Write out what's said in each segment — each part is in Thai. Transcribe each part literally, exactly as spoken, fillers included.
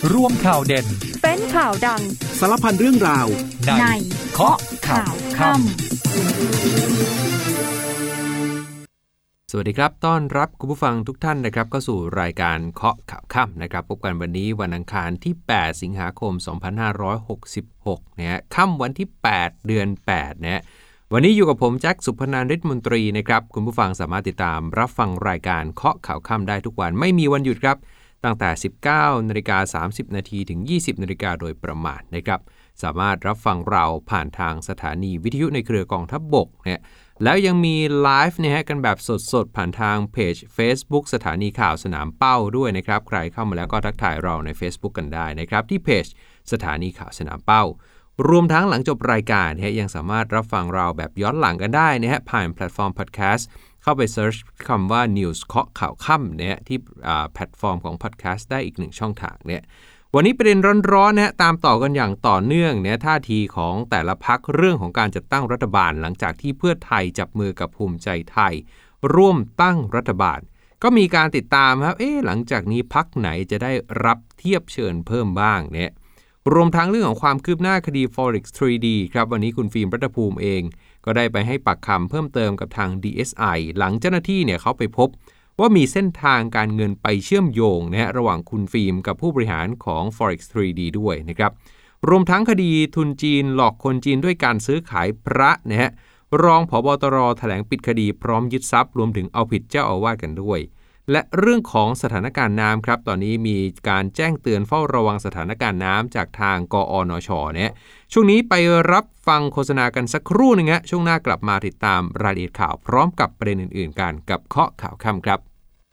รวมข่าวเด่นเป็นข่าวดังสารพันเรื่องราวในเคาะข่าวค่ำสวัสดีครับต้อนรับคุณผู้ฟังทุกท่านนะครับเข้าสู่รายการเคาะข่าวค่ำนะครับพบกันวันนี้วันอังคารที่แปดสิงหาคมสองพันห้าร้อยหกสิบหกเนี่ยค่ำวันที่แปดเดือนแปดเนี่ยวันนี้อยู่กับผมแจ็คสุพนันท์ฤทธิ์มนตรีนะครับคุณผู้ฟังสามารถติดตามรับฟังรายการเคาะข่าวค่ำได้ทุกวันไม่มีวันหยุดครับตั้งแต่ สิบเก้านาฬิกาสามสิบนาทีถึง ยี่สิบนาฬิกาโดยประมาณนะครับสามารถรับฟังเราผ่านทางสถานีวิทยุในเครือกองทัพบกเนี่ยแล้วยังมีไลฟ์เนี่ยฮะกันแบบสดๆผ่านทางเพจ Facebook สถานีข่าวสนามเป้าด้วยนะครับใครเข้ามาแล้วก็ทักทายเราใน Facebook กันได้นะครับที่เพจสถานีข่าวสนามเป้ารวมทั้งหลังจบรายการเนี่ยยังสามารถรับฟังเราแบบย้อนหลังกันได้นะฮะผ่านแพลตฟอร์มพอดแคสต์เข้าไปเซิร์ชคำว่า News เคาะข่าวค่ำเนี่ยที่แพลตฟอร์มของพอดแคสต์ได้อีกหนึ่งช่องทางเนี่ยวันนี้ประเด็นร้อนๆนะตามต่อกันอย่างต่อเนื่องเนี่ยท่าทีของแต่ละพรรคเรื่องของการจัดตั้งรัฐบาลหลังจากที่เพื่อไทยจับมือกับภูมิใจไทยร่วมตั้งรัฐบาลก็มีการติดตามครับเอ๊ะหลังจากนี้พรรคไหนจะได้รับเทียบเชิญเพิ่มบ้างเนี่ยรวมทั้งเรื่องของความคืบหน้าคดี Forex ทรี ดี ครับวันนี้คุณฟิล์มรัตภูมิเองก็ได้ไปให้ปากคำเพิ่มเติมกับทาง ดี เอส ไอ หลังเจ้าหน้าที่เนี่ยเขาไปพบว่ามีเส้นทางการเงินไปเชื่อมโยงนะฮะระหว่างคุณฟิล์มกับผู้บริหารของ Forex ทรี ดี ด้วยนะครับรวมทั้งคดีทุนจีนหลอกคนจีนด้วยการซื้อขายพระนะฮะรองผบตรแถลงปิดคดีพร้อมยึดทรัพย์รวมถึงเอาผิดเจ้าอาวาสกันด้วยและเรื่องของสถานการณ์น้ำครับตอนนี้มีการแจ้งเตือนเฝ้าระวังสถานการณ์น้ำจากทางกอนช.เนี่ยช่วงนี้ไปรับฟังโฆษณากันสักครู่นึงฮะช่วงหน้ากลับมาติดตามรายละเอียดข่าวพร้อมกับประเด็นอื่นๆกันกับเคาะข่าวค่ำครับ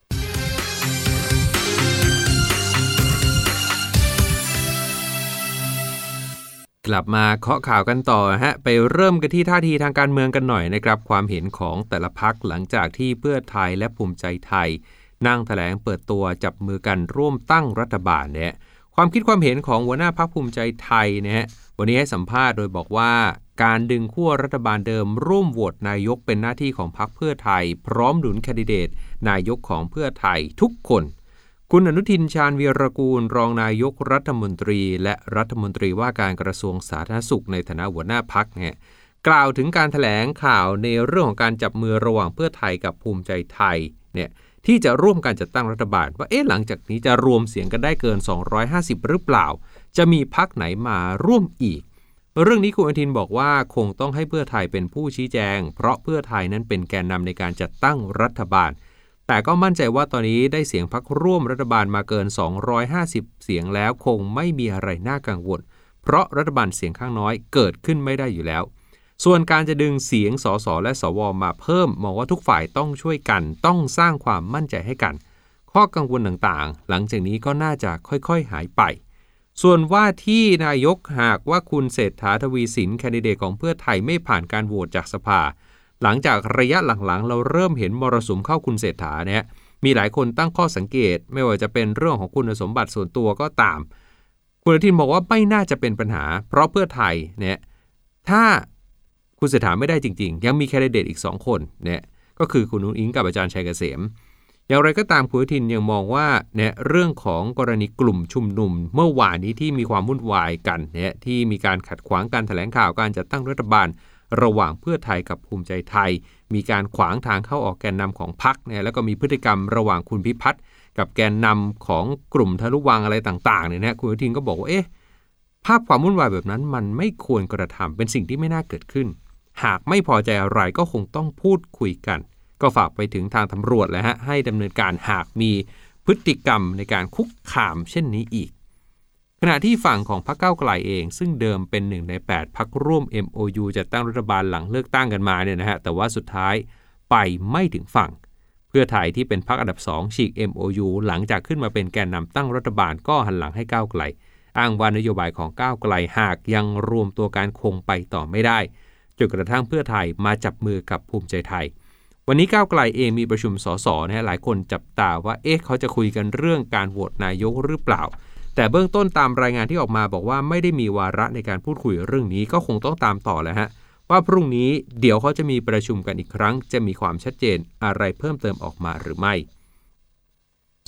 กลับมาเคาะข่าวกันต่อฮะไปเริ่มกันที่ท่าทีทางการเมืองกันหน่อยนะครับความเห็นของแต่ละพรรคหลังจากที่เพื่อไทยและภูมิใจไทยนั่งแถลงเปิดตัวจับมือกันร่วมตั้งรัฐบาลเนี่ยความคิดความเห็นของหัวหน้าพรรคภูมิใจไทยนะฮะวันนี้ให้สัมภาษณ์โดยบอกว่าการดึงขั้วรัฐบาลเดิมร่วมโหวตนายกเป็นหน้าที่ของพรรคเพื่อไทยพร้อมหนุนแคนดิเดตนายกของเพื่อไทยทุกคนคุณอนุทินชาญวีรกูลรองนายกรัฐมนตรีและรัฐมนตรีว่าการกระทรวงสาธารณสุขในฐานะหัวหน้าพรรคเนี่ยกล่าวถึงการแถลงข่าวในเรื่องของการจับมือระหว่างเพื่อไทยกับภูมิใจไทยเนี่ยที่จะร่วมการจัดตั้งรัฐบาลว่าเอ๊ะหลังจากนี้จะรวมเสียงกันได้เกินสองร้อยห้าสิบหรือเปล่าจะมีพรรคไหนมาร่วมอีกเรื่องนี้คุณอนุทินบอกว่าคงต้องให้เพื่อไทยเป็นผู้ชี้แจงเพราะเพื่อไทยนั้นเป็นแกนนำในการจัดตั้งรัฐบาลแต่ก็มั่นใจว่าตอนนี้ได้เสียงพรรคร่วมรัฐบาลมาเกินสองร้อยห้าสิบเสียงแล้วคงไม่มีอะไรน่ากังวลเพราะรัฐบาลเสียงข้างน้อยเกิดขึ้นไม่ได้อยู่แล้วส่วนการจะดึงเสียงสสและสวมาเพิ่มมองว่าทุกฝ่ายต้องช่วยกันต้องสร้างความมั่นใจให้กันข้อกังวลต่างๆหลังจากนี้ก็น่าจะค่อยๆหายไปส่วนว่าที่นายกหากว่าคุณเศรษฐาทวีสินแคนดิเดตของเพื่อไทยไม่ผ่านการโหวตจากสภาหลังจากระยะหลังๆเราเริ่มเห็นมรสุมเข้าคุณเศรษฐาเนี่ยมีหลายคนตั้งข้อสังเกตไม่ว่าจะเป็นเรื่องของคุณสมบัติส่วนตัวก็ตามคุณอนุทินบอกว่าไม่น่าจะเป็นปัญหาเพราะเพื่อไทยเนี่ยถ้าคุณเศรษฐาไม่ได้จริงๆยังมีแคนดิเดตอีกสองคนเนี่ยก็คือคุณนุ้งอิงกับอาจารย์ชัยเกษมอย่างไรก็ตามคุณอนุทินยังมองว่าเนี่ยเรื่องของกรณีกลุ่มชุมนุมเมื่อวานนี้ที่มีความวุ่นวายกันเนี่ยที่มีการขัดขวางการแถลงข่าวการจัดตั้งรัฐบาลระหว่างเพื่อไทยกับภูมิใจไทยมีการขวางทางเข้าออกแกนนำของพรรคเนี่ยแล้วก็มีพฤติกรรมระหว่างคุณพิพัฒน์กับแกนนำของกลุ่มทะลุวังอะไรต่างๆเนี่ยนะคุณอนุทินก็บอกว่าเอ๊ะภาพความวุ่นวายแบบนั้นมันไม่ควรกระทำเป็นสิ่งที่ไม่น่าเกิดขึ้นหากไม่พอใจอะไรก็คงต้องพูดคุยกันก็ฝากไปถึงทางตำรวจแล้วฮะให้ดำเนินการหากมีพฤติกรรมในการคุกคามเช่นนี้อีกขณะที่ฝั่งของพรรคก้าวไกลเองซึ่งเดิมเป็นหนึ่งในแปดพรรคร่วม เอ็ม โอ ยู จัดตั้งรัฐบาลหลังเลือกตั้งกันมาเนี่ยนะฮะแต่ว่าสุดท้ายไปไม่ถึงฝั่งเพื่อไทยที่เป็นพรรคอันดับสองฉีก เอ็ม โอ ยู หลังจากขึ้นมาเป็นแกนนำตั้งรัฐบาลก็หันหลังให้ก้าวไกลอ้างว่านโยบายของก้าวไกลหากยังรวมตัวการคงไปต่อไม่ได้จนกระทั่งเพื่อไทยมาจับมือกับภูมิใจไทยวันนี้ก้าวไกลเองมีประชุมสสนะฮะหลายคนจับตาว่าเอ๊ะเขาจะคุยกันเรื่องการโหวตนายกหรือเปล่าแต่เบื้องต้นตามรายงานที่ออกมาบอกว่าไม่ได้มีวาระในการพูดคุยเรื่องนี้ก็คงต้องตามต่อแหละฮะว่าพรุ่งนี้เดี๋ยวเขาจะมีประชุมกันอีกครั้งจะมีความชัดเจนอะไรเพิ่มเติมออกมาหรือไม่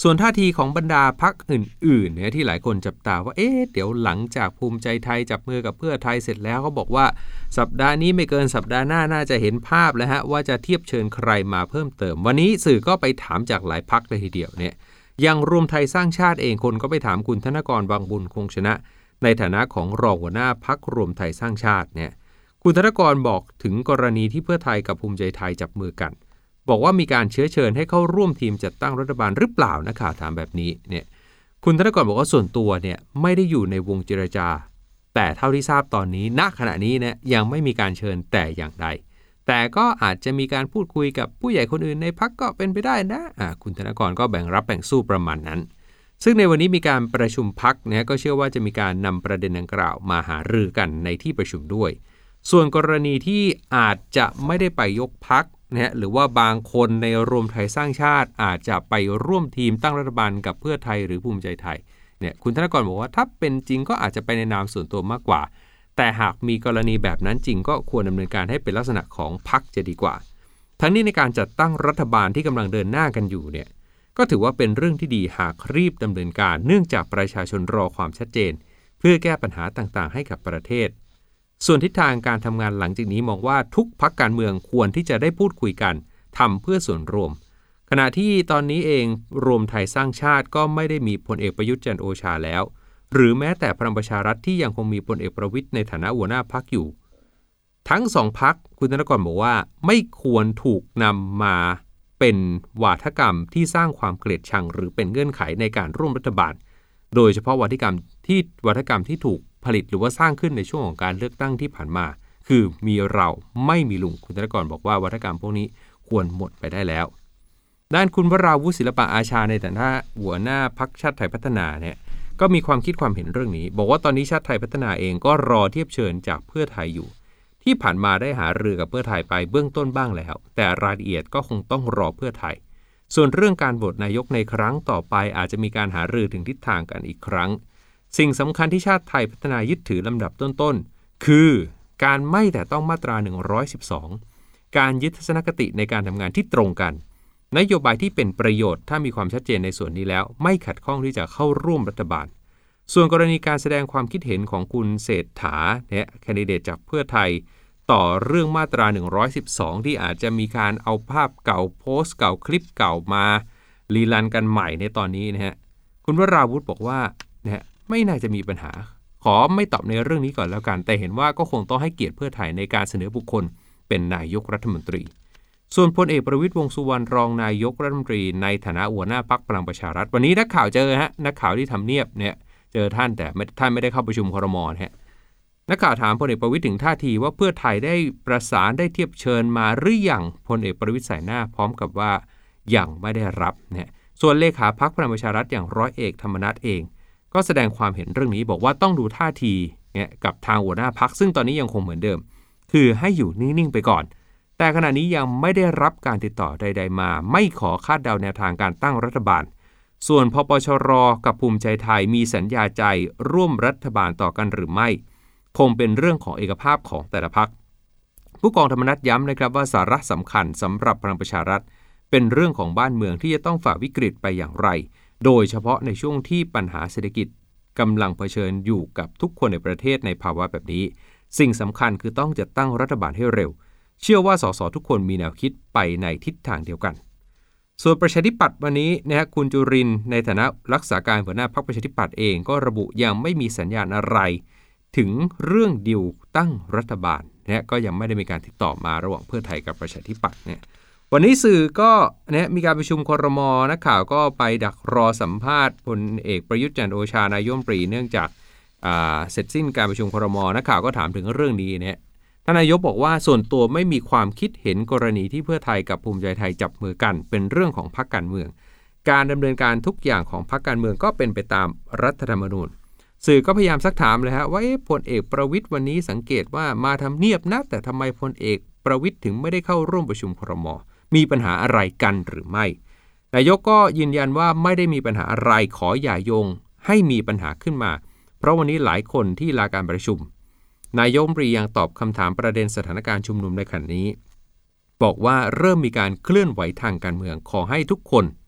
ส่วนท่าทีของบรรดาพรรคอื่นๆเนี่ยที่หลายคนจับตาว่าเอ๊ะเดี๋ยวหลังจากภูมิใจไทยจับมือกับเพื่อไทยเสร็จแล้วเขาบอกว่าสัปดาห์นี้ไม่เกินสัปดาห์หน้าน่าจะเห็นภาพแล้วฮะว่าจะเทียบเชิญใครมาเพิ่มเติมวันนี้สื่อก็ไปถามจากหลายพรรคเลยทีเดียวเนี่ยอย่างรวมไทยสร้างชาติเองคนก็ไปถามคุณธนกร วังบุญคงชนะในฐานะของรองหัวหน้าพรรครวมไทยสร้างชาติเนี่ยคุณธนกรบอกถึงกรณีที่เพื่อไทยกับภูมิใจไทยจับมือกันบอกว่ามีการเชื้อเชิญให้เข้าร่วมทีมจัดตั้งรัฐบาลหรือเปล่านักข่าวถามแบบนี้เนี่ยคุณธนกรบอกว่าส่วนตัวเนี่ยไม่ได้อยู่ในวงเจรจาแต่เท่าที่ทราบตอนนี้ณขณะนี้เนี่ยยังไม่มีการเชิญแต่อย่างใดแต่ก็อาจจะมีการพูดคุยกับผู้ใหญ่คนอื่นในพรรคก็เป็นไปได้นะอ่าคุณธนกรก็แบ่งรับแบ่งสู้ประมาณนั้นซึ่งในวันนี้มีการประชุมพรรคเนี่ยก็เชื่อว่าจะมีการนำประเด็นดังกล่าวมาหารือกันในที่ประชุมด้วยส่วนกรณีที่อาจจะไม่ได้ไปยกพรรคนะหรือว่าบางคนในรวมไทยสร้างชาติอาจจะไปร่วมทีมตั้งรัฐบาลกับเพื่อไทยหรือภูมิใจไทยเนี่ยคุณธนกรบอกว่าถ้าเป็นจริงก็อาจจะไปในนามส่วนตัวมากกว่าแต่หากมีกรณีแบบนั้นจริงก็ควรดำเนินการให้เป็นลักษณะของพรรคจะดีกว่าทั้งนี้ในการจัดตั้งรัฐบาลที่กำลังเดินหน้ากันอยู่เนี่ยก็ถือว่าเป็นเรื่องที่ดีหากรีบดำเนินการเนื่องจากประชาชนรอความชัดเจนเพื่อแก้ปัญหาต่างๆให้กับประเทศส่วนทิศทางการทำงานหลังจากนี้มองว่าทุกพรรคการเมืองควรที่จะได้พูดคุยกันทำเพื่อส่วนรวมขณะที่ตอนนี้เองรวมไทยสร้างชาติก็ไม่ได้มีพลเอกประยุทธ์จันทร์โอชาแล้วหรือแม้แต่พลังประชารัฐที่ยังคงมีพลเอกประวิตรในฐานะหัวหน้าพรรคอยู่ทั้งสองพรรคคุณธนกรบอกว่าไม่ควรถูกนำมาเป็นวาทกรรมที่สร้างความเกลียดชังหรือเป็นเงื่อนไขในการร่วมรัฐบาลโดยเฉพาะวาทกรรมที่วาทกรรมที่ถูกผลิตหรือว่าสร้างขึ้นในช่วงของการเลือกตั้งที่ผ่านมาคือมีเราไม่มีลุงคุณธนกรบอกว่าวาทกรรมพวกนี้ควรหมดไปได้แล้วด้านคุณวราวุฒิศิลปะอาชาในฐานะหัวหน้าพรรคชาติไทยพัฒนาเนี่ยก็มีความคิดความเห็นเรื่องนี้บอกว่าตอนนี้ชาติไทยพัฒนาเองก็รอเทียบเชิญจากเพื่อไทยอยู่ที่ผ่านมาได้หารือกับเพื่อไทยไปเบื้องต้นบ้างแล้วแต่รายละเอียดก็คงต้องรอเพื่อไทยส่วนเรื่องการโหวตนายกในครั้งต่อไปอาจจะมีการหารือถึงทิศทางกันอีกครั้งสิ่งสำคัญที่ชาติไทยพัฒนายึดถือลำดับต้นๆคือการไม่แต่ต้องมาตราหนึ่งร้อยสิบสองการยึดทัศนคติในการทำงานที่ตรงกันนโยบายที่เป็นประโยชน์ถ้ามีความชัดเจนในส่วนนี้แล้วไม่ขัดข้องที่จะเข้าร่วมรัฐบาลส่วนกรณีการแสดงความคิดเห็นของคุณเศรษฐาเนี่ยแคนดิเดตจากเพื่อไทยต่อเรื่องมาตราหนึ่งร้อยสิบสองที่อาจจะมีการเอาภาพเก่าโพสต์เก่าคลิปเก่ามารีรันกันใหม่ในตอนนี้นะฮะคุณวราวุฒิบอกว่านะไม่น่าจะมีปัญหาขอไม่ตอบในเรื่องนี้ก่อนแล้วกันแต่เห็นว่าก็คงต้องให้เกียรติเพื่อไทยในการเสนอบุคคลเป็นนายกรัฐมนตรีส่วนพลเอกประวิตรวงษ์สุวรรณรองนายกรัฐมนตรีในฐานะหัวหน้าพรรคพลังประชารัฐวันนี้นักข่าวเจอฮะนักข่าวที่ทำเนียบเนี่ยเจอท่านแต่ท่านไม่ได้เข้าประชุมครม.ฮะนักข่าวถามพลเอกประวิตรถึงท่าทีว่าเพื่อไทยได้ประสานได้เทียบเชิญมาหรือยังพลเอกประวิตรใส่หน้าพร้อมกับว่ายังไม่ได้รับเนี่ยส่วนเลขาพรรคพลังประชารัฐอย่างร้อยเอกธรรมนัสเองก็แสดงความเห็นเรื่องนี้บอกว่าต้องดูท่าทีเนี่ยกับทางหัวหน้าพรรคซึ่งตอนนี้ยังคงเหมือนเดิมคือให้อยู่นิ่งๆไปก่อนแต่ขณะนี้ยังไม่ได้รับการติดต่อใดๆมาไม่ขอคาดเดาแนวทางการตั้งรัฐบาลส่วนพปชรกับภูมิใจไทยมีสัญญาใจร่วมรัฐบาลต่อกันหรือไม่คงเป็นเรื่องของเอกภาพของแต่ละพรรคผู้กองธรรมนัสย้ำนะครับว่าสาระสำคัญสำหรับพลังประชารัฐเป็นเรื่องของบ้านเมืองที่จะต้องฝ่าวิกฤตไปอย่างไรโดยเฉพาะในช่วงที่ปัญหาเศรษฐกิจกำลังเผชิญอยู่กับทุกคนในประเทศในภาวะแบบนี้สิ่งสำคัญคือต้องจัดตั้งรัฐบาลให้เร็วเชื่อว่าสสทุกคนมีแนวคิดไปในทิศทางเดียวกันส่วนประชาธิปัตย์วันนี้นะฮะคุณจุรินทร์ในฐานะรักษาการหัวหน้าพรรคประชาธิปัตย์เองก็ระบุยังไม่มีสัญญาณอะไรถึงเรื่องดีลตั้งรัฐบาลนะก็ยังไม่ได้มีการติดต่อมาระหว่างเพื่อไทยกับประชาธิปัตย์เนี่ยวันนี้สื่อก็เนี่ยมีการประชุมครม.นักข่าวก็ไปดักรอสัมภาษณ์พลเอกประยุทธ์จันทร์โอชานายกรัฐมนตรีเนื่องจากเสร็จสิ้นการประชุมครม.นักข่าวก็ถามถึงเรื่องนี้เนี่ยท่านนายกบอกว่าส่วนตัวไม่มีความคิดเห็นกรณีที่เพื่อไทยกับภูมิใจไทยจับมือกันเป็นเรื่องของพรรคการเมืองการดำเนินการทุกอย่างของพรรคการเมืองก็เป็นไปตามรัฐธรรมนูญสื่อก็พยายามซักถามเลยฮะว่าพลเอกประวิตรวันนี้สังเกตว่ามาทำเนียบนะแต่ทำไมพลเอกประวิตรถึงไม่ได้เข้าร่วมประชุมครม.มีปัญหาอะไรกันหรือไม่นายกก็ยืนยันว่าไม่ได้มีปัญหาอะไรขออย่าโยงให้มีปัญหาขึ้นมาเพราะวันนี้หลายคนที่ลาการประชุมนายกรัฐมนตรียังตอบคำถามประเด็นสถานการณ์ชุมนุมในขณะนี้บอกว่าเริ่มมีการเคลื่อนไหวทางการเมืองขอให้ทุกคน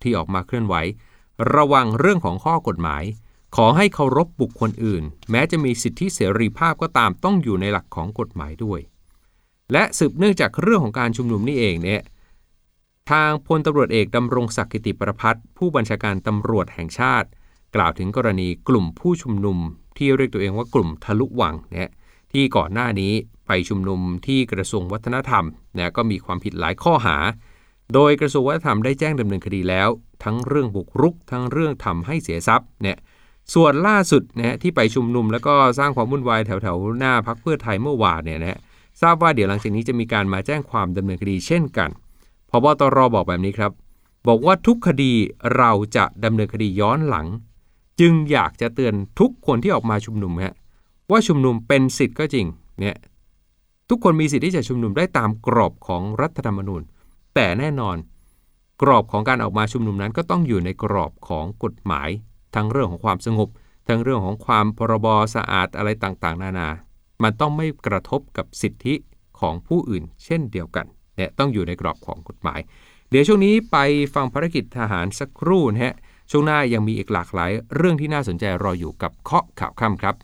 ที่ออกมาเคลื่อนไหวระวังเรื่องของข้อกฎหมายขอให้เคารพบุคคลอื่นแม้จะมีสิทธิเสรีภาพก็ตามต้องอยู่ในหลักของกฎหมายด้วยและสืบเนื่องจากเรื่องของการชุมนุมนี่เองเนี่ยทางพลตำรวจเอกดำรงศักดิ์กิติประภัสผู้บัญชาการตำรวจแห่งชาติกล่าวถึงกรณีกลุ่มผู้ชุมนุมที่เรียกตัวเองว่ากลุ่มทะลุวังเนี่ยที่ก่อนหน้านี้ไปชุมนุมที่กระทรวงวัฒนธรรมนะก็มีความผิดหลายข้อหาโดยกระทรวงวัฒนธรรมได้แจ้งดำเนินคดีแล้วทั้งเรื่องบุกรุกทั้งเรื่องทำให้เสียทรัพย์เนี่ยส่วนล่าสุดนะที่ไปชุมนุมแล้วก็สร้างความวุ่นวายแถวๆหน้าพรรคเพื่อไทยเมื่อวานเนี่ยนะทราบว่าเดี๋ยวหลังจากนี้จะมีการมาแจ้งความดำเนินคดีเช่นกันผบ.ตร.บอกแบบนี้ครับบอกว่าทุกคดีเราจะดำเนินคดีย้อนหลังจึงอยากจะเตือนทุกคนที่ออกมาชุมนุมฮะว่าชุมนุมเป็นสิทธิ์ก็จริงเนี่ยทุกคนมีสิทธิ์ที่จะชุมนุมได้ตามกรอบของรัฐธรรมนูญแต่แน่นอนกรอบของการออกมาชุมนุมนั้นก็ต้องอยู่ในกรอบของกฎหมายทั้งเรื่องของความสงบทั้งเรื่องของความพรบสะอาดอะไรต่างๆนานามันต้องไม่กระทบกับสิทธิของผู้อื่นเช่นเดียวกันเนี่ยต้องอยู่ในกรอบของกฎหมายเดี๋ยวช่วงนี้ไปฟังภารกิจทหารสักครู่นะฮะช่วงหน้ายังมีอีกหลากหลายเรื่องที่น่าสนใจรออยู่กับเคาะข่าวค่ำครับ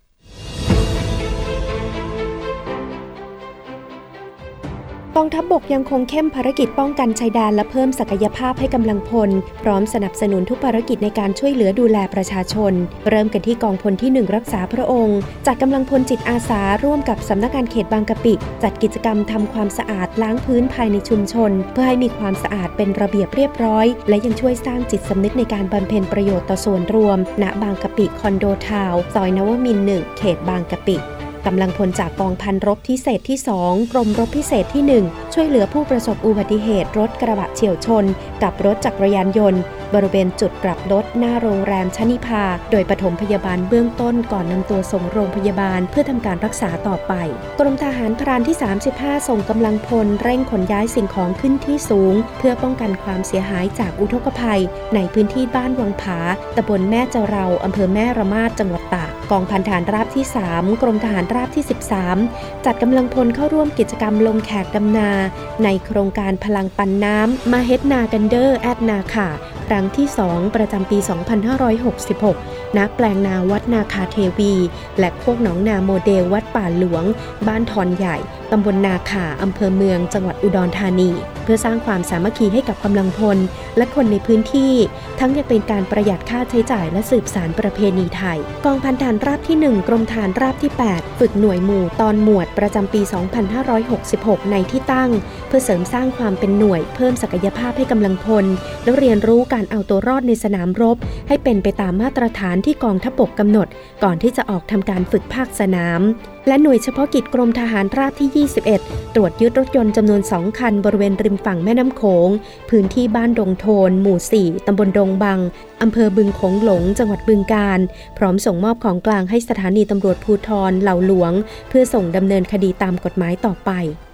กองทัพบกยังคงเข้มภารกิจป้องกันชายแดนและเพิ่มศักยภาพให้กำลังพลพร้อมสนับสนุนทุกภารกิจในการช่วยเหลือดูแลประชาชนเริ่มกันที่กองพลที่หนึ่งรักษาพระองค์จัดกำลังพลจิตอาสาร่วมกับสำนักงานเขตบางกะปิจัดกิจกรรมทำความสะอาดล้างพื้นภายในชุมชนเพื่อให้มีความสะอาดเป็นระเบียบเรียบร้อยและยังช่วยสร้างจิตสำนึกในการบำเพ็ญประโยชน์ต่อส่วนรวมณบางกะปิคอนโดทาวน์ซอยนวมินทร์หนึ่งเขตบางกะปิกำลังพลจากกองพันรบพิเศษที่สองกรมรบพิเศษที่หนึ่งช่วยเหลือผู้ประสบอุบัติเหตุรถกระบะเฉี่ยวชนกับรถจักรยานยนต์บริเวณจุดกลับรถหน้าโรงแรมชนิภาโดยปฐมพยาบาลเบื้องต้นก่อนนำตัวส่งโรงพยาบาลเพื่อทำการรักษาต่อไปกรมทหารพรานที่สามสิบห้าส่งกำลังพลเร่งขนย้ายสิ่งของขึ้นที่สูงเพื่อป้องกันความเสียหายจากอุทกภัยในพื้นที่บ้านวังผาตำบลแม่เจาเราอำเภอแม่ระมาดจังหวัดตากกองพันทหารราบที่สามกรมทหารราบที่สิบสามจัดกำลังพลเข้าร่วมกิจกรรมลงแขกดำนาในโครงการพลังปันน้ำมาเฮ็ดนากันเดอร์แอดนาคาครั้งที่สองประจำปี สองพันห้าร้อยหกสิบหก ณ แปลงนาวัดนาคาเทวีและโคกหนองนาโมเดลวัดป่าหลวงบ้านทอนใหญ่ตำบลนาขาอำเภอเมืองจังหวัดอุดรธานีเพื่อสร้างความสามัคคีให้กับกำลังพลและคนในพื้นที่ทั้งยังเป็นการประหยัดค่าใช้จ่ายและสืบสานประเพณีไทยกองพันทหารราบที่หนึ่งกรมทหารราบที่แปดฝึกหน่วยหมู่ตอนหมวดประจำปี สองพันห้าร้อยหกสิบหก ในที่ตั้งเพื่อเสริมสร้างความเป็นหน่วยเพิ่มศักยภาพให้กำลังพลและเรียนรู้การเอาตัวรอดในสนามรบให้เป็นไปตามมาตรฐานที่กองทัพบกกำหนดก่อนที่จะออกทำการฝึกภาคสนามและหน่วยเฉพาะกิจกรมทหารราบที่ยี่สิบเอ็ดตรวจยึดรถยนต์จำนวนสองคันบริเวณริมฝั่งแม่น้ำโขงพื้นที่บ้านดงโทนหมู่สี่ตำบลดงบังอำเภอบึงโขงหลงจังหวัดบึงกาฬพร้อมส่งมอบของกลางให้สถานีตำรวจภูธรเหล่าหลวงเพื่อส่งดำเนินคดีตามกฎหมายต่อไป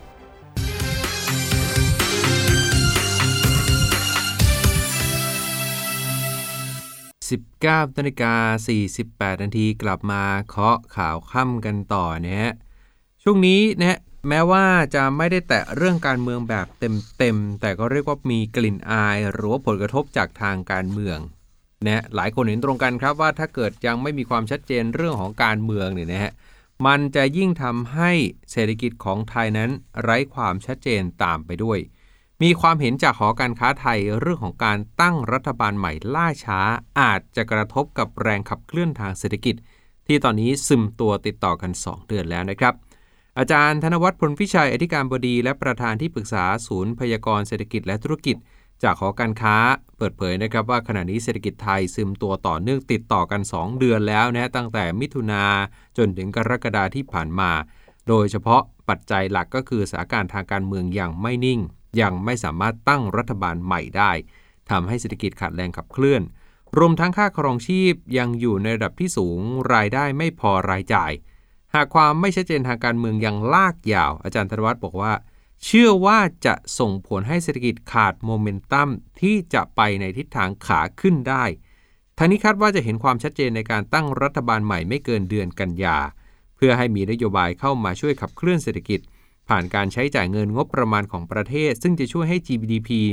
สิบเก้านาฬิกาสี่สิบแปดนาทีกลับมาเคาะข่าวค่ำกันต่อนะฮะช่วงนี้นะแม้ว่าจะไม่ได้แตะเรื่องการเมืองแบบเต็มๆแต่ก็เรียกว่ามีกลิ่นอายหรือว่าผลกระทบจากทางการเมืองนะหลายคนเห็นตรงกันครับว่าถ้าเกิดยังไม่มีความชัดเจนเรื่องของการเมืองเนี่ยนะฮะมันจะยิ่งทำให้เศรษฐกิจของไทยนั้นไร้ความชัดเจนตามไปด้วยมีความเห็นจากหอการค้าไทยเรื่องของการตั้งรัฐบาลใหม่ล่าช้าอาจจะกระทบกับแรงขับเคลื่อนทางเศรษฐกิจที่ตอนนี้ซึมตัวติดต่อกันสองเดือนแล้วนะครับอาจารย์ธนวัฒน์พลพิชัยอธิการบดีและประธานที่ปรึกษาศูนย์พยากรณ์เศรษฐกิจและธุรกิจจากหอการค้าเปิดเผยนะครับว่าขณะนี้เศรษฐกิจไทยซึมตัวต่อเนื่องติดต่อกันสองเดือนแล้วนะตั้งแต่มิถุนาจนถึงกรกฎาคมที่ผ่านมาโดยเฉพาะปัจจัยหลักก็คือสถานการณ์ทางการเมืองยังไม่นิ่งยังไม่สามารถตั้งรัฐบาลใหม่ได้ทำให้เศรษฐกิจขาดแรงขับเคลื่อนรวมทั้งค่าครองชีพยังอยู่ในระดับที่สูงรายได้ไม่พอรายจ่ายหากความไม่ชัดเจนทางการเมืองยังลากยาวอาจารย์ธนวัฒน์บอกว่าเชื่อว่าจะส่งผลให้เศรษฐกิจขาดโมเมนตัมที่จะไปในทิศทางขาขึ้นได้ทางนี้คาดว่าจะเห็นความชัดเจนในการตั้งรัฐบาลใหม่ไม่เกินเดือนกันยาเพื่อให้มีนโยบายเข้ามาช่วยขับเคลื่อนเศรษฐกิจผ่านการใช้จ่ายเงินงบประมาณของประเทศซึ่งจะช่วยให้ จี ดี พี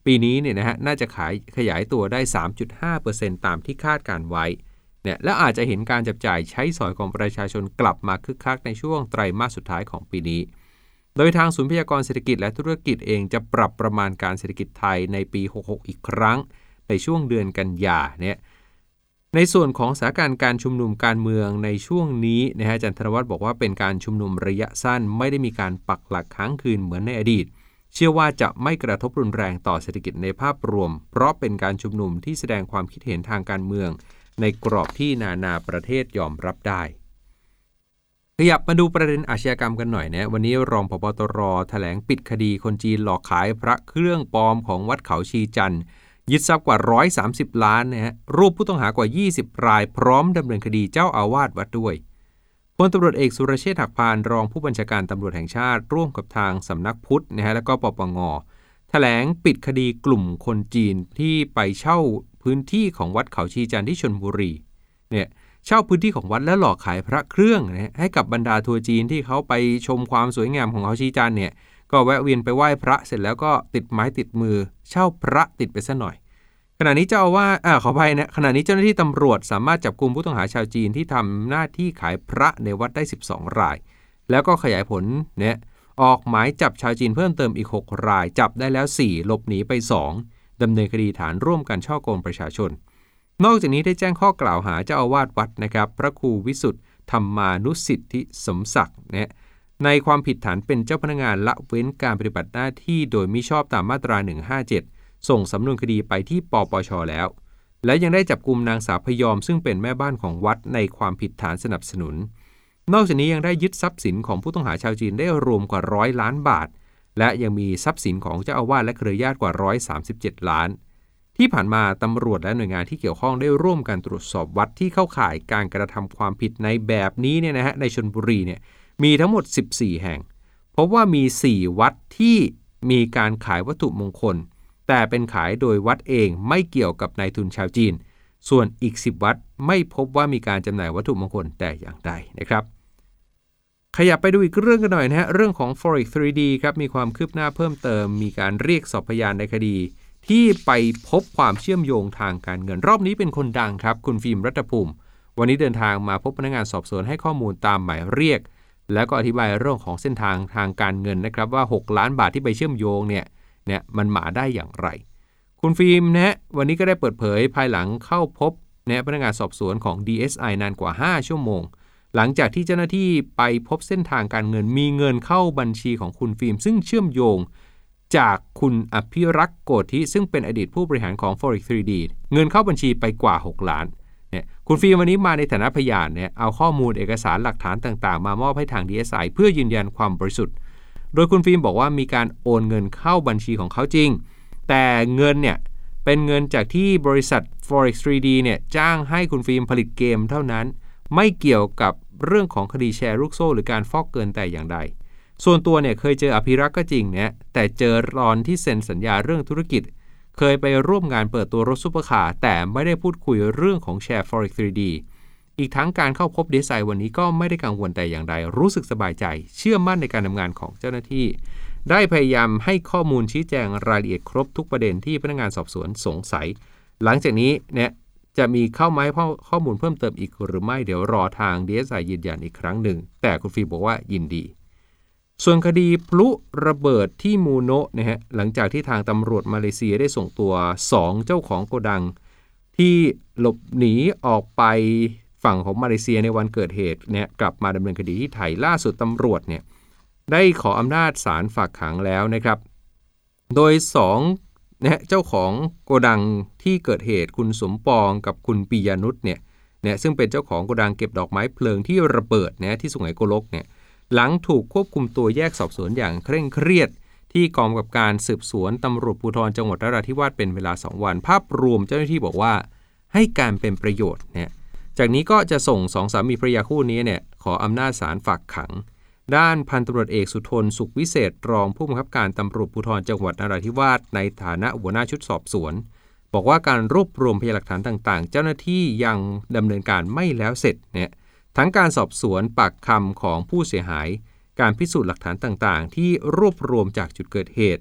ปีนี้เนี่ยนะฮะน่าจะขายขยายตัวได้ สามจุดห้าเปอร์เซ็นต์ ตามที่คาดการไว้เนี่ยและอาจจะเห็นการจับจ่ายใช้สอยของประชาชนกลับมาคึกคักในช่วงไตรมาสสุดท้ายของปีนี้โดยทางศูนย์พยากรณ์เศรษฐกิจและธุรกิจเองจะปรับประมาณการเศรษฐกิจไทยในปีหกสิบหกอีกครั้งในช่วงเดือนกันยายนเนี่ยในส่วนของสถานการณ์การชุมนุมการเมืองในช่วงนี้นะฮะอาจารย์ธนวัฒน์บอกว่าเป็นการชุมนุมระยะสั้นไม่ได้มีการปักหลักค้างคืนเหมือนในอดีตเชื่อว่าจะไม่กระทบรุนแรงต่อเศรษฐกิจในภาพรวมเพราะเป็นการชุมนุมที่แสดงความคิดเห็นทางการเมืองในกรอบที่นานาประเทศยอมรับได้ขยับมาดูประเด็นอาชญากรรมกันหน่อยนะวันนี้รองผบ.ตร.แถลงปิดคดีคนจีนหลอกขายพระเครื่องปลอมของวัดเขาชีจันทร์ยึดทรัพย์กว่าหนึ่งร้อยสามสิบล้านนะฮะรูปผู้ต้องหากว่ายี่สิบรายพร้อมดำเนินคดีเจ้าอาวาสวัดด้วยพลตำรวจเอกสุรเชษฐ์หักพานรองผู้บัญชาการตำรวจแห่งชาติร่วมกับทางสำนักพุทธนะฮะแล้วก็ปปง.แถลงปิดคดีกลุ่มคนจีนที่ไปเช่าพื้นที่ของวัดเขาชีจันทร์ที่ชลบุรีเนี่ยเช่าพื้นที่ของวัดแล้วหลอกขายพระเครื่องนะให้กับบรรดาทัวร์จีนที่เขาไปชมความสวยงามของเขาชีจันทร์เนี่ยก็แวะเวียนไปไหว้พระเสร็จแล้วก็ติดไม้ติดมือเช่าพระติดไปซะหน่อยขณะนี้เจ้าอาวาสอ่าขออภัยนะขณะนี้เจ้าหน้าที่ตำรวจสามารถจับกุมผู้ต้องหาชาวจีนที่ทำหน้าที่ขายพระในวัดได้สิบสองรายแล้วก็ขยายผลเนี่ยออกหมายจับชาวจีนเพิ่มเติมอีกหกรายจับได้แล้วสี่หลบหนีไปสองดำเนินคดีฐานร่วมกันฉ้อโกงประชาชนนอกจากนี้ได้แจ้งข้อกล่าวหาเจ้าอาวาสวัดนะครับพระครูวิสุทธิ์ธรรมานุสิทธิสมศักดิ์เนี่ยในความผิดฐานเป็นเจ้าพนักงานละเว้นการปฏิบัติหน้าที่โดยมิชอบตามมาตราหนึ่งห้าเจ็ดส่งสำนวนคดีไปที่ปปช.แล้วและยังได้จับกุมนางสาวพยอมซึ่งเป็นแม่บ้านของวัดในความผิดฐานสนับสนุนนอกจากนี้ยังได้ยึดทรัพย์สินของผู้ต้องหาชาวจีนได้รวมกว่าร้อยล้านบาทและยังมีทรัพย์สินของเจ้าอาวาสและเครือญาติกว่าหนึ่งร้อยสามสิบเจ็ดล้านที่ผ่านมาตำรวจและหน่วยงานที่เกี่ยวข้องได้ร่วมกันตรวจสอบวัดที่เข้าข่ายการกระทำความผิดในแบบนี้เนี่ยนะฮะในชลบุรีเนี่ยมีทั้งหมดสิบสี่แห่งพบว่ามีสี่วัดที่มีการขายวัตถุมงคลแต่เป็นขายโดยวัดเองไม่เกี่ยวกับนายทุนชาวจีนส่วนอีกสิบวัดไม่พบว่ามีการจำหน่ายวัตถุมงคลแต่อย่างใดนะครับขยับไปดูอีกเรื่องกันหน่อยนะฮะเรื่องของ Forex ทรี ดี ครับมีความคืบหน้าเพิ่มเติมมีการเรียกสอบพยานในคดีที่ไปพบความเชื่อมโยงทางการเงินรอบนี้เป็นคนดังครับคุณฟิล์มรัตภูมิวันนี้เดินทางมาพบพนักงานสอบสวนให้ข้อมูลตามหมายเรียกแล้วก็อธิบายเรื่องของเส้นทางทางการเงินนะครับว่าหกล้านบาทที่ไปเชื่อมโยงเนี่ยเนี่ยมันมาได้อย่างไรคุณฟิล์มนะวันนี้ก็ได้เปิดเผยภายหลังเข้าพบนะพนักงานสอบสวนของ ดี เอส ไอ นานกว่าห้าชั่วโมงหลังจากที่เจ้าหน้าที่ไปพบเส้นทางการเงินมีเงินเข้าบัญชีของคุณฟิล์มซึ่งเชื่อมโยงจากคุณอภิรักษ์โกธิซึ่งเป็นอดีตผู้บริหารของ Forex ทรี ดี เงินเข้าบัญชีไปกว่าหกล้านเนี่ยคุณฟิล์มวันนี้มาในฐานะพยานเนี่ยเอาข้อมูลเอกสารหลักฐานต่างๆมามอบให้ทาง ดี เอส ไอ เพื่อยืนยันความบริสุทธิ์โดยคุณฟิล์มบอกว่ามีการโอนเงินเข้าบัญชีของเขาจริงแต่เงินเนี่ยเป็นเงินจากที่บริษัท Forex ทรี ดี เนี่ยจ้างให้คุณฟิล์มผลิตเกมเท่านั้นไม่เกี่ยวกับเรื่องของคดีแชร์ลูกโซ่หรือการฟอกเงินแต่อย่างใดส่วนตัวเนี่ยเคยเจออภิรักษ์ก็จริงเนี่ยแต่เจอตอนที่เซ็นสัญญาเรื่องธุรกิจเคยไปร่วมงานเปิดตัวรถซุปเปอร์คาร์แต่ไม่ได้พูดคุยเรื่องของแชร์ Forex ทรี ดี อีกทั้งการเข้าพบ ดี เอส ไอ วันนี้ก็ไม่ได้กังวลแต่อย่างใดรู้สึกสบายใจเชื่อมั่นในการทำงานของเจ้าหน้าที่ได้พยายามให้ข้อมูลชี้แจงรายละเอียดครบทุกประเด็นที่พนักงานสอบสวนสงสัยหลังจากนี้เนี่ยจะมีเข้ามาให้ข้อมูลเพิ่มเติมอีกหรือไม่เดี๋ยวรอทาง ดี เอส ไอ ยืนยันอีกครั้งหนึ่งแต่คุณฟิล์มบอกว่ายินดีส่วนคดีพลุระเบิดที่มูโนะนะฮะหลังจากที่ทางตำรวจมาเลเซียได้ส่งตัวสองเจ้าของโกดังที่หลบหนีออกไปฝั่งของมาเลเซียในวันเกิดเหตุเนี่ยกลับมาดำเนินคดีที่ไทยล่าสุดตำรวจเนี่ยได้ขออำนาจศาลฝากขังแล้วนะครับโดยสองนะเจ้าของโกดังที่เกิดเหตุคุณสมปองกับคุณปิยานุชเนี่ยเนี่ยซึ่งเป็นเจ้าของโกดังเก็บดอกไม้เพลิงที่ระเบิดนะที่สุไหงโกลกเนี่ยหลังถูกควบคุมตัวแยกสอบสวนอย่างเคร่งเครียดที่กองกำกับการสืบสวนตำรวจภูธรจังหวัดนราธิวาสเป็นเวลาสองวันภาพรวมเจ้าหน้าที่บอกว่าให้การเป็นประโยชน์เนี่ยจากนี้ก็จะส่งสองสามีภรรยาคู่นี้เนี่ยขออำนาจศาลฝากขังด้านพันตำรวจเอกสุทนสุขวิเศษรองผู้บังคับการตำรวจภูธรจังหวัดนราธิวาสในฐานะหัวหน้าชุดสอบสวนบอกว่าการรวบรวมพยานหลักฐานต่างๆเจ้าหน้าที่ยังดำเนินการไม่แล้วเสร็จเนี่ยทั้งการสอบสวนปากคำของผู้เสียหายการพิสูจน์หลักฐานต่างๆที่รวบรวมจากจุดเกิดเหตุ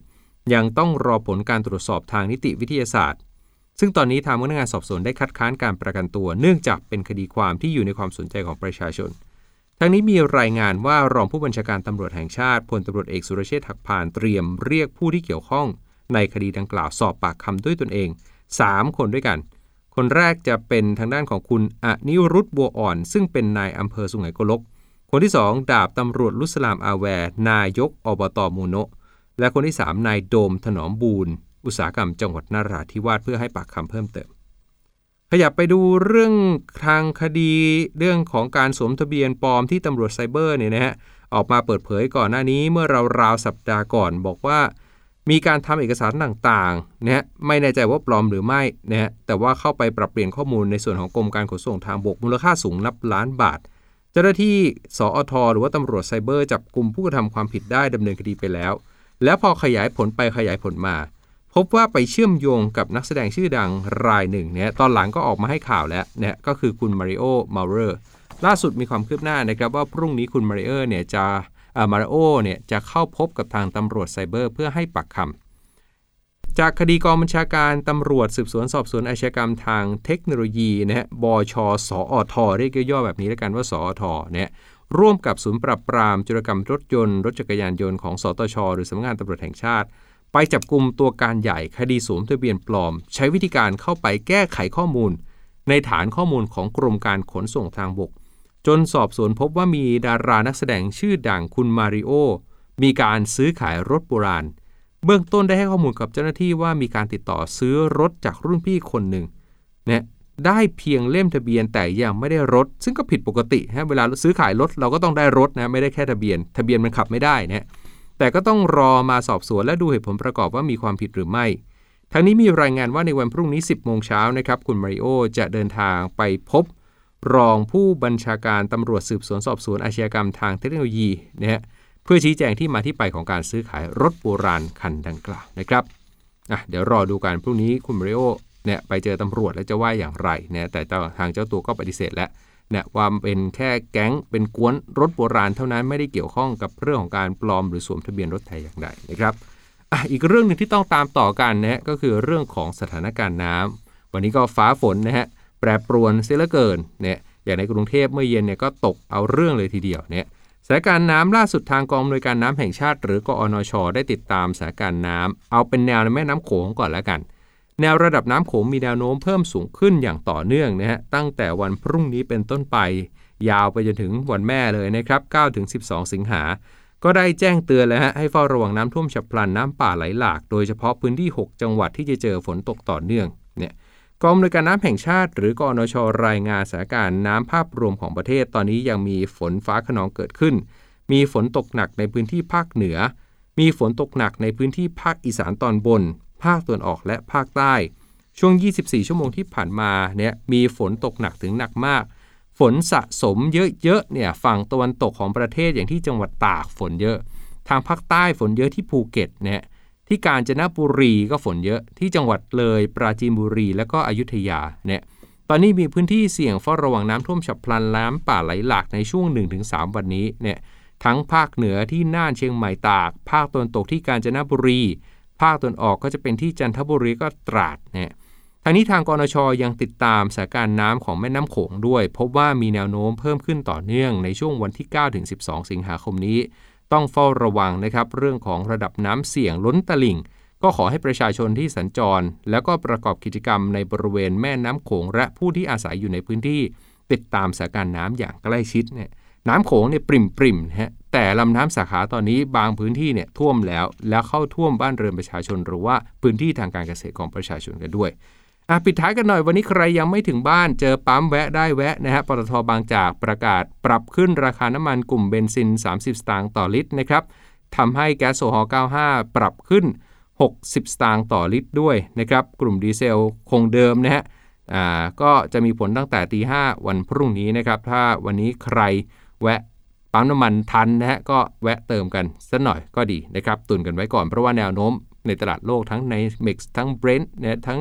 ยังต้องรอผลการตรวจสอบทางนิติวิทยาศาสตร์ซึ่งตอนนี้ทางพนักงานสอบสวนได้คัดค้านการประกันตัวเนื่องจากเป็นคดีความที่อยู่ในความสนใจของประชาชนทั้งนี้มีรายงานว่ารองผู้บัญชาการตำรวจแห่งชาติพลตำรวจเอกสุรเชษฐ์หักพานเตรียมเรียกผู้ที่เกี่ยวข้องในคดีดังกล่าวสอบปากคำด้วยตนเองสามคนด้วยกันคนแรกจะเป็นทางด้านของคุณอนิรุตบัวอ่อนซึ่งเป็นนายอำเภอสุไหงโกลกคนที่สองดาบตำรวจลุสลามอาแวร์นายกอบต.มูโนะและคนที่สามนายโดมถนอมบูรณ์อุตสาหกรรมจังหวัดนราธิวาสเพื่อให้ปากคำเพิ่มเติมขยับไปดูเรื่องทางคดีเรื่องของการสวมทะเบียนปลอมที่ตำรวจไซเบอร์เนี่ยนะฮะออกมาเปิดเผยก่อนหน้านี้เมื่อราวๆสัปดาห์ก่อนบอกว่ามีการทำเอกสารต่างๆนะฮะไม่แน่ใจว่าปลอมหรือไม่นะฮะแต่ว่าเข้าไปปรับเปลี่ยนข้อมูลในส่วนของกรมการขนส่งทางบกมูลค่าสูงนับล้านบาทเจ้าหน้าที่สอท.หรือว่าตำรวจไซเบอร์จับกลุ่มผู้กระทำความผิดได้ดำเนินคดีไปแล้วแล้วพอขยายผลไปขยายผลมาพบว่าไปเชื่อมโยงกับนักแสดงชื่อดังรายหนึ่งเนี่ยตอนหลังก็ออกมาให้ข่าวแล้วเนี่ยก็คือคุณมาริโอมาเรอร์ล่าสุดมีความคืบหน้านะครับว่าพรุ่งนี้คุณมาริโอเนี่ยจะอ่ามาริโอเนี่ยจะเข้าพบกับทางตำรวจไซเบอร์เพื่อให้ปากคำจากคดีกองบัญชาการตำรวจสืบสวนสอบสวนอาชญากรรมทางเทคโนโลยีนะฮะบช.สอท.เรียกย่อๆแบบนี้แล้วกันว่าสอท.เนี่ยร่วมกับศูนย์ปราบปรามจุลกรรมรถยนต์รถจักรยานยนต์ของสตช.หรือสำนักงานตำรวจแห่งชาติไปจับกุมตัวการใหญ่คดีสวมทะเบียนปลอมใช้วิธีการเข้าไปแก้ไขข้อมูลในฐานข้อมูลของกรมการขนส่งทางบกจนสอบสวนพบว่ามีดารานักแสดงชื่อดังคุณมาริโอมีการซื้อขายรถโบราณเบื้องต้นได้ให้ข้อมูลกับเจ้าหน้าที่ว่ามีการติดต่อซื้อรถจากรุ่นพี่คนหนึ่งเนี่ยได้เพียงเล่มทะเบียนแต่ยังไม่ได้รถซึ่งก็ผิดปกติฮะเวลาซื้อขายรถเราก็ต้องได้รถนะไม่ได้แค่ทะเบียนทะเบียนมันขับไม่ได้นะแต่ก็ต้องรอมาสอบสวนและดูเหตุผลประกอบว่ามีความผิดหรือไม่ทั้งนี้มีรายงานว่าในวันพรุ่งนี้ สิบโมงเช้านะครับคุณมาริโอจะเดินทางไปพบรองผู้บัญชาการตำรวจสืบสวนสอบสวนอาชญากรรมทางเทคโนโลยีนะฮะเพื่อชี้แจงที่มาที่ไปของการซื้อขายรถโบราณคันดังกล่าวนะครับอ่ะเดี๋ยวรอดูกันพรุ่งนี้คุณมาริโอเนี่ยไปเจอตำรวจแล้วจะว่าอย่างไรนะแต่ทางเจ้าตัวก็ปฏิเสธแล้วเนี่ยว่าเป็นแค่แก๊งเป็นกวนรถโบราณเท่านั้นไม่ได้เกี่ยวข้องกับเรื่องของการปลอมหรือสวมทะเบียนรถไทยอย่างใดนะครับอ่ะอีกเรื่องนึงที่ต้องตามต่อกันนะก็คือเรื่องของสถานการณ์น้ำวันนี้ก็ฟ้าฝนนะฮะแปรปรวนเสียเหลือเกินเนี่ยอย่างในกรุงเทพเมื่อเย็นเนี่ยก็ตกเอาเรื่องเลยทีเดียวเนี่ยสถานการณ์น้ำล่าสุดทางกองอำนวยการน้ำแห่งชาติหรือกอนช.ได้ติดตามสถานการณ์น้ำเอาเป็นแนวในแม่น้ำโขงก่อนแล้วกันแนวระดับน้ำโขงมีแนวโน้มเพิ่มสูงขึ้นอย่างต่อเนื่องนะฮะตั้งแต่วันพรุ่งนี้เป็นต้นไปยาวไปจนถึงวันแม่เลยนะครับ เก้าถึงสิบสอง สิงหาก็ได้แจ้งเตือนแล้วฮะให้เฝ้าระวังน้ำท่วมฉับพลันน้ำป่าไหลหลากโดยเฉพาะพื้นที่หกจังหวัดที่จะเจอฝนตกต่อเนื่องเนี่ยกองอำนวยการน้ำแห่งชาติหรือกอนช.รายงานสถานการณ์น้ำภาพรวมของประเทศตอนนี้ยังมีฝนฟ้าคะนองเกิดขึ้นมีฝนตกหนักในพื้นที่ภาคเหนือมีฝนตกหนักในพื้นที่ภาคอีสานตอนบนภาคตะวันออกและภาคใต้ช่วงยี่สิบสี่ชั่วโมงที่ผ่านมาเนี่ยมีฝนตกหนักถึงหนักมากฝนสะสมเยอะๆเนี่ยฝั่งตะวันตกของประเทศอย่างที่จังหวัดตากฝนเยอะทางภาคใต้ฝนเยอะที่ภูเก็ตเนี่ยที่กาญจนบุรีก็ฝนเยอะที่จังหวัดเลยปราจีนบุรีและก็อยุธยาเนี่ยตอนนี้มีพื้นที่เสี่ยงเฝ้าระวังน้ำท่วมฉับพลันน้ำป่าไหลหลากในช่วง หนึ่งถึงสาม วันนี้เนี่ยทั้งภาคเหนือที่น่านเชียงใหม่ตากภาคตะวันตกที่กาญจนบุรีภาคตะวันออกก็จะเป็นที่จันทบุรีก็ตราดเนี่ยทางนี้ทางกนช.ยังติดตามสถานการณ์น้ำของแม่น้ำโขงด้วยพบว่ามีแนวโน้มเพิ่มขึ้นต่อเนื่องในช่วงวันที่ เก้าถึงสิบสอง สิงหาคมนี้ต้องเฝ้าระวังนะครับเรื่องของระดับน้ำเสี่ยงล้นตลิ่งก็ขอให้ประชาชนที่สัญจรแล้วก็ประกอบกิจกรรมในบริเวณแม่น้ำโขงและผู้ที่อาศัยอยู่ในพื้นที่ติดตามสถานการณ์น้ำอย่างใกล้ชิดเนี่ยน้ำโขงเนี่ยปริ่มๆฮะแต่ลำน้ำสาขาตอนนี้บางพื้นที่เนี่ยท่วมแล้วแล้วเข้าท่วมบ้านเรือนประชาชนหรือว่าพื้นที่ทางการเกษตรของประชาชนกันด้วยอ่ะปิดท้ายกันหน่อยวันนี้ใครยังไม่ถึงบ้านเจอปั๊มแวะได้แวะนะฮะปตท.บางจากประกาศปรับขึ้นราคาน้ำมันกลุ่มเบนซินสามสิบสตางค์ต่อลิตรนะครับทำให้แก๊สโซฮอล์เก้าสิบห้าปรับขึ้นหกสิบสตางค์ต่อลิตรด้วยนะครับกลุ่มดีเซลคงเดิมนะฮะอ่าก็จะมีผลตั้งแต่ตีห้าวันพรุ่งนี้นะครับถ้าวันนี้ใครแวะปั๊มน้ำมันทันนะฮะก็แวะเติมกันสักหน่อยก็ดีนะครับตุนกันไว้ก่อนเพราะว่าแนวโน้มในตลาดโลกทั้งใน Mex ทั้ง Brent นะทั้ง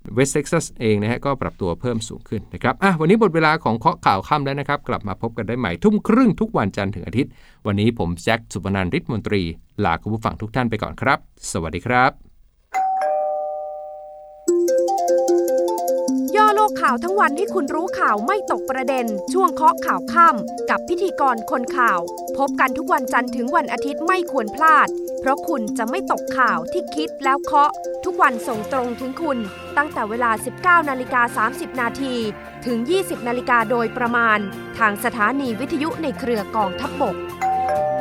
เวสต์เท็กซัสเองนะฮะก็ปรับตัวเพิ่มสูงขึ้นนะครับอ่ะวันนี้หมดเวลาของเคาะข่าวค่ำแล้วนะครับกลับมาพบกันได้ใหม่ทุ่มครึ่งทุกวันจันทร์ถึงอาทิตย์วันนี้ผมแจ็คสุพนันท์ฤทธิ์มนตรีลาคุณผู้ฟังทุกท่านไปก่อนครับสวัสดีครับย่อโลกข่าวทั้งวันให้คุณรู้ข่าวไม่ตกประเด็นช่วงเคาะข่าวค่ำกับพิธีกรคนข่าวพบกันทุกวันจันทร์ถึงวันอาทิตย์ไม่ควรพลาดเพราะคุณจะไม่ตกข่าวที่คิดแล้วเคาะทุกวันส่งตรงถึงคุณตั้งแต่เวลา สิบเก้านาฬิกาสามสิบนาที ถึง ยี่สิบนาฬิกาโดยประมาณทางสถานีวิทยุในเครือกองทัพบก